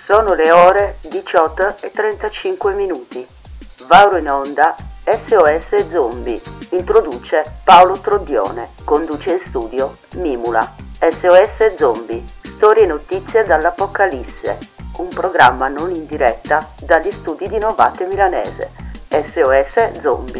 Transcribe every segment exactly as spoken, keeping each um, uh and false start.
Sono le ore diciotto e trentacinque minuti. Va ora in onda S O S Zombie. Introduce Paolo Trodione. Conduce in studio Mimula. S O S Zombie. Storie e notizie dall'Apocalisse. Un programma non in diretta dagli studi di Novate Milanese. S O S Zombie.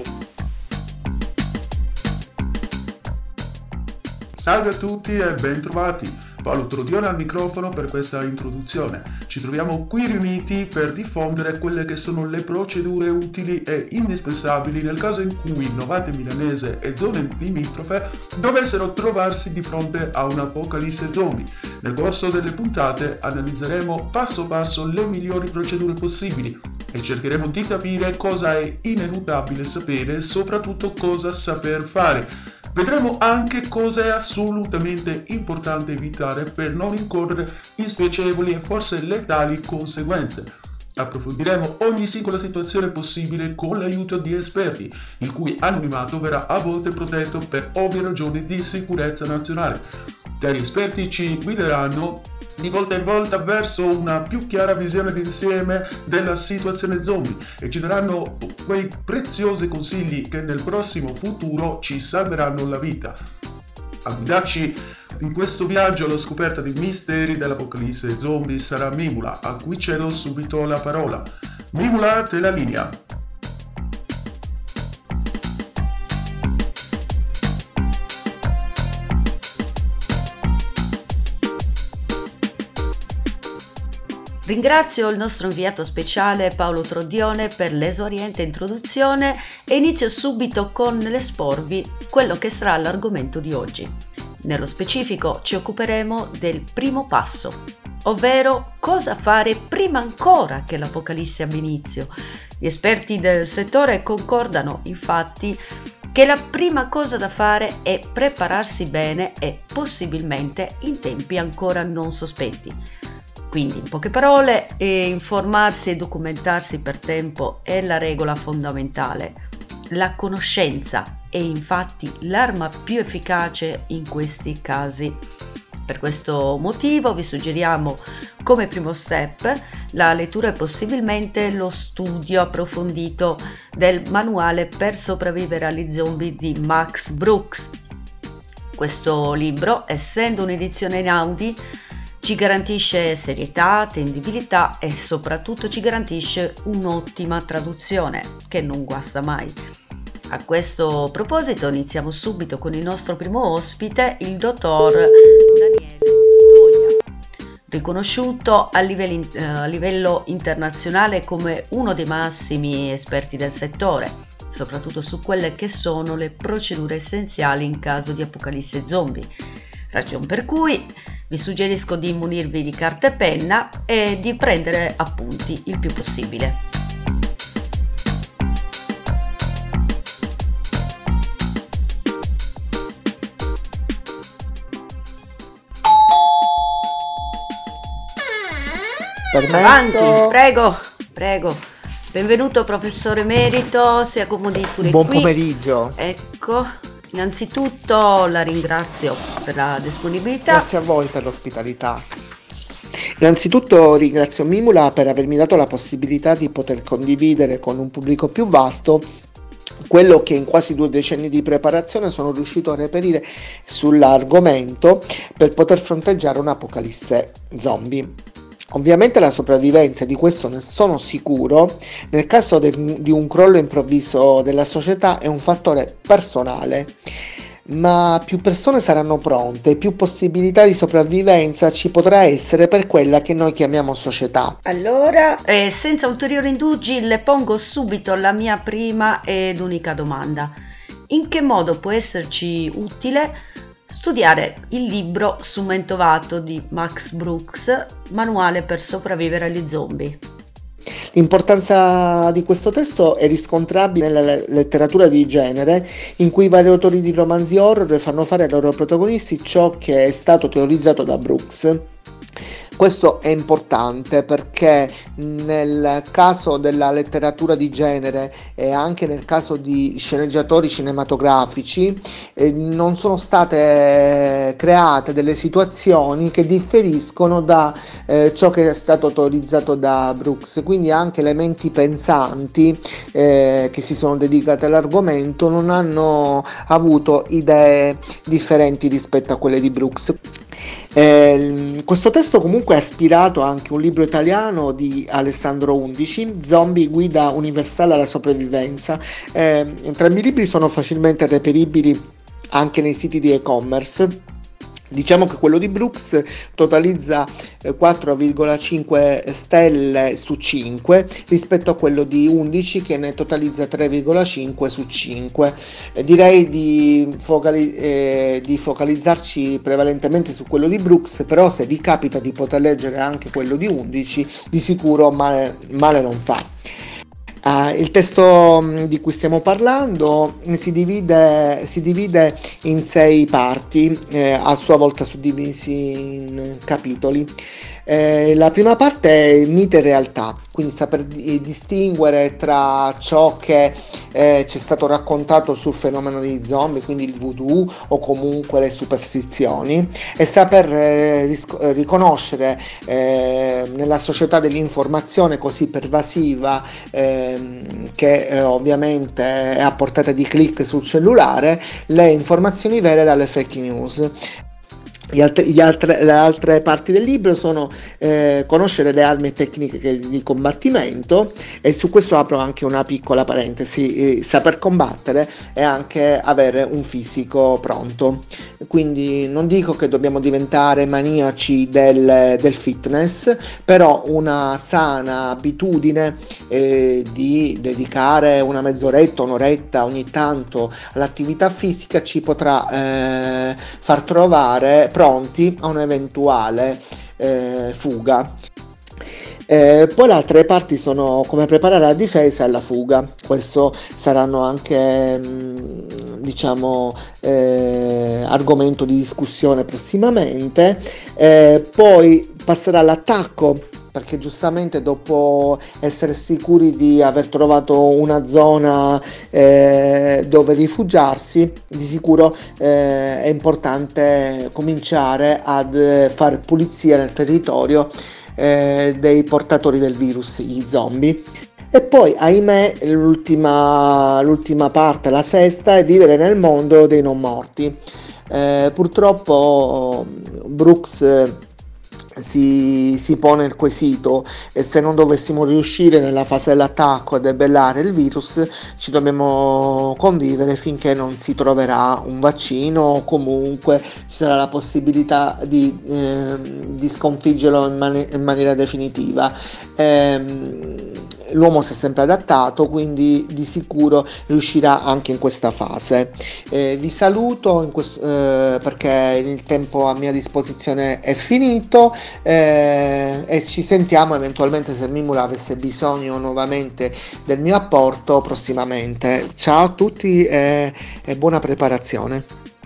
Salve a tutti e bentrovati. Paolo Trodione al microfono per questa introduzione. Ci troviamo qui riuniti per diffondere quelle che sono le procedure utili e indispensabili nel caso in cui Novate Milanese e zone limitrofe dovessero trovarsi di fronte a un'apocalisse zombie. Nel corso delle puntate analizzeremo passo passo le migliori procedure possibili e cercheremo di capire cosa è inelutabile sapere e soprattutto cosa saper fare. Vedremo anche cosa è assolutamente importante evitare per non incorrere in spiacevoli e forse letali conseguenze. Approfondiremo ogni singola situazione possibile con l'aiuto di esperti, il cui anonimato verrà a volte protetto per ovvie ragioni di sicurezza nazionale. Tali esperti ci guideranno di volta in volta verso una più chiara visione d'insieme della situazione zombie e ci daranno quei preziosi consigli che nel prossimo futuro ci salveranno la vita. A guidarci in questo viaggio alla scoperta dei misteri dell'apocalisse zombie sarà Mimula, a cui cedo subito la parola. Mimula, te la linea. Ringrazio il nostro inviato speciale Paolo Trodione per l'esauriente introduzione e inizio subito con l'esporvi quello che sarà l'argomento di oggi. Nello specifico ci occuperemo del primo passo, ovvero cosa fare prima ancora che l'apocalisse abbia inizio. Gli esperti del settore concordano infatti che la prima cosa da fare è prepararsi bene e possibilmente in tempi ancora non sospetti. Quindi, in poche parole, eh, informarsi e documentarsi per tempo è la regola fondamentale. La conoscenza è infatti l'arma più efficace in questi casi. Per questo motivo vi suggeriamo come primo step la lettura e possibilmente lo studio approfondito del manuale per sopravvivere agli zombie di Max Brooks. Questo libro, essendo un'edizione in Audi, ci garantisce serietà, attendibilità e soprattutto ci garantisce un'ottima traduzione che non guasta mai. A questo proposito iniziamo subito con il nostro primo ospite, il dottor Daniele Toia, riconosciuto a livello, eh, a livello internazionale come uno dei massimi esperti del settore, soprattutto su quelle che sono le procedure essenziali in caso di apocalisse zombie, ragion per cui vi suggerisco di munirvi di carta e penna e di prendere appunti il più possibile. Permesso. Avanti, prego, prego. Benvenuto professore emerito, si accomodi pure Buon qui. Buon pomeriggio. Ecco. Innanzitutto la ringrazio per la disponibilità. Grazie a voi per l'ospitalità. Innanzitutto ringrazio Mimula per avermi dato la possibilità di poter condividere con un pubblico più vasto quello che in quasi due decenni di preparazione sono riuscito a reperire sull'argomento per poter fronteggiare un'apocalisse zombie. Ovviamente la sopravvivenza, di questo ne sono sicuro, nel caso de- di un crollo improvviso della società è un fattore personale, ma più persone saranno pronte, più possibilità di sopravvivenza ci potrà essere per quella che noi chiamiamo società. Allora, eh, senza ulteriori indugi, le pongo subito la mia prima ed unica domanda. In che modo può esserci utile studiare il libro Sumentovato di Max Brooks, Manuale per sopravvivere agli zombie? L'importanza di questo testo è riscontrabile nella letteratura di genere, in cui vari autori di romanzi horror fanno fare ai loro protagonisti ciò che è stato teorizzato da Brooks. Questo è importante perché nel caso della letteratura di genere e anche nel caso di sceneggiatori cinematografici eh, non sono state create delle situazioni che differiscono da eh, ciò che è stato autorizzato da Brooks, quindi anche le menti pensanti eh, che si sono dedicate all'argomento non hanno avuto idee differenti rispetto a quelle di Brooks. Eh, questo testo comunque è ispirato anche a un libro italiano di Alessandro Undici, Zombie, guida universale alla sopravvivenza. Eh, entrambi i libri sono facilmente reperibili anche nei siti di e-commerce. Diciamo che quello di Brooks totalizza quattro virgola cinque stelle su cinque rispetto a quello di Undici che ne totalizza tre virgola cinque su cinque. Eh, direi di, focali- eh, di focalizzarci prevalentemente su quello di Brooks, però se vi capita di poter leggere anche quello di Undici, di sicuro male, male non fa. Uh, il testo di cui stiamo parlando si divide, si divide in sei parti, eh, a sua volta suddivisi in capitoli. Eh, la prima parte è mito e realtà, quindi saper di- distinguere tra ciò che eh, ci è stato raccontato sul fenomeno dei zombie, quindi il voodoo o comunque le superstizioni, e saper eh, ris- riconoscere eh, nella società dell'informazione così pervasiva eh, che eh, ovviamente è a portata di click sul cellulare, le informazioni vere dalle fake news. Gli altre, gli altre, le altre parti del libro sono eh, conoscere le armi e tecniche di combattimento, e su questo apro anche una piccola parentesi: eh, saper combattere e anche avere un fisico pronto. Quindi non dico che dobbiamo diventare maniaci del, del fitness, però una sana abitudine eh, di dedicare una mezz'oretta, un'oretta ogni tanto all'attività fisica ci potrà eh, far trovare pronti a un'eventuale eh, fuga. Eh, poi le altre parti sono come preparare la difesa e la fuga. Questo saranno anche mh, diciamo eh, argomento di discussione prossimamente. Eh, poi passerà all'attacco, perché giustamente dopo essere sicuri di aver trovato una zona eh, dove rifugiarsi, di sicuro eh, è importante cominciare ad fare pulizia nel territorio eh, dei portatori del virus, gli zombie. E poi, ahimè, l'ultima, l'ultima parte, la sesta, è vivere nel mondo dei non morti. Eh, purtroppo Brooks Si, si pone il quesito: e se non dovessimo riuscire nella fase dell'attacco a debellare il virus, ci dobbiamo convivere finché non si troverà un vaccino, o comunque ci sarà la possibilità di, eh, di sconfiggerlo in, mani- in maniera definitiva. Eh, l'uomo si è sempre adattato, quindi di sicuro riuscirà anche in questa fase. Eh, vi saluto in questo, eh, perché il tempo a mia disposizione è finito. Eh, e ci sentiamo eventualmente, se Mimula avesse bisogno nuovamente del mio apporto, prossimamente. Ciao a tutti e, e buona preparazione.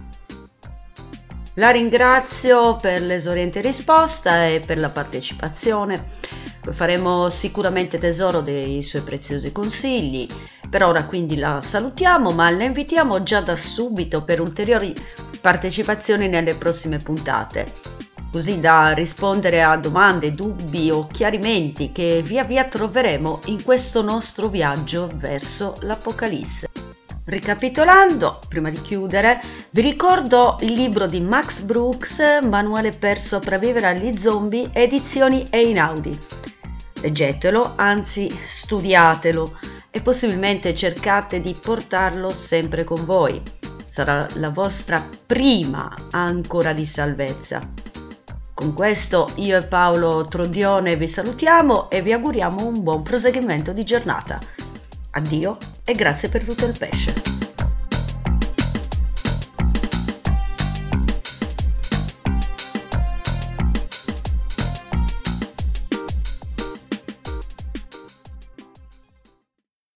La ringrazio per l'esoriente risposta e per la partecipazione. Faremo sicuramente tesoro dei suoi preziosi consigli. Per ora quindi la salutiamo, ma la invitiamo già da subito per ulteriori partecipazioni nelle prossime puntate, così da rispondere a domande, dubbi o chiarimenti che via via troveremo in questo nostro viaggio verso l'Apocalisse. Ricapitolando, prima di chiudere, vi ricordo il libro di Max Brooks, Manuale per sopravvivere agli zombie, edizioni Einaudi. Leggetelo, anzi studiatelo, e possibilmente cercate di portarlo sempre con voi. Sarà la vostra prima ancora di salvezza. Con questo io e Paolo Trodione vi salutiamo e vi auguriamo un buon proseguimento di giornata. Addio e grazie per tutto il pesce.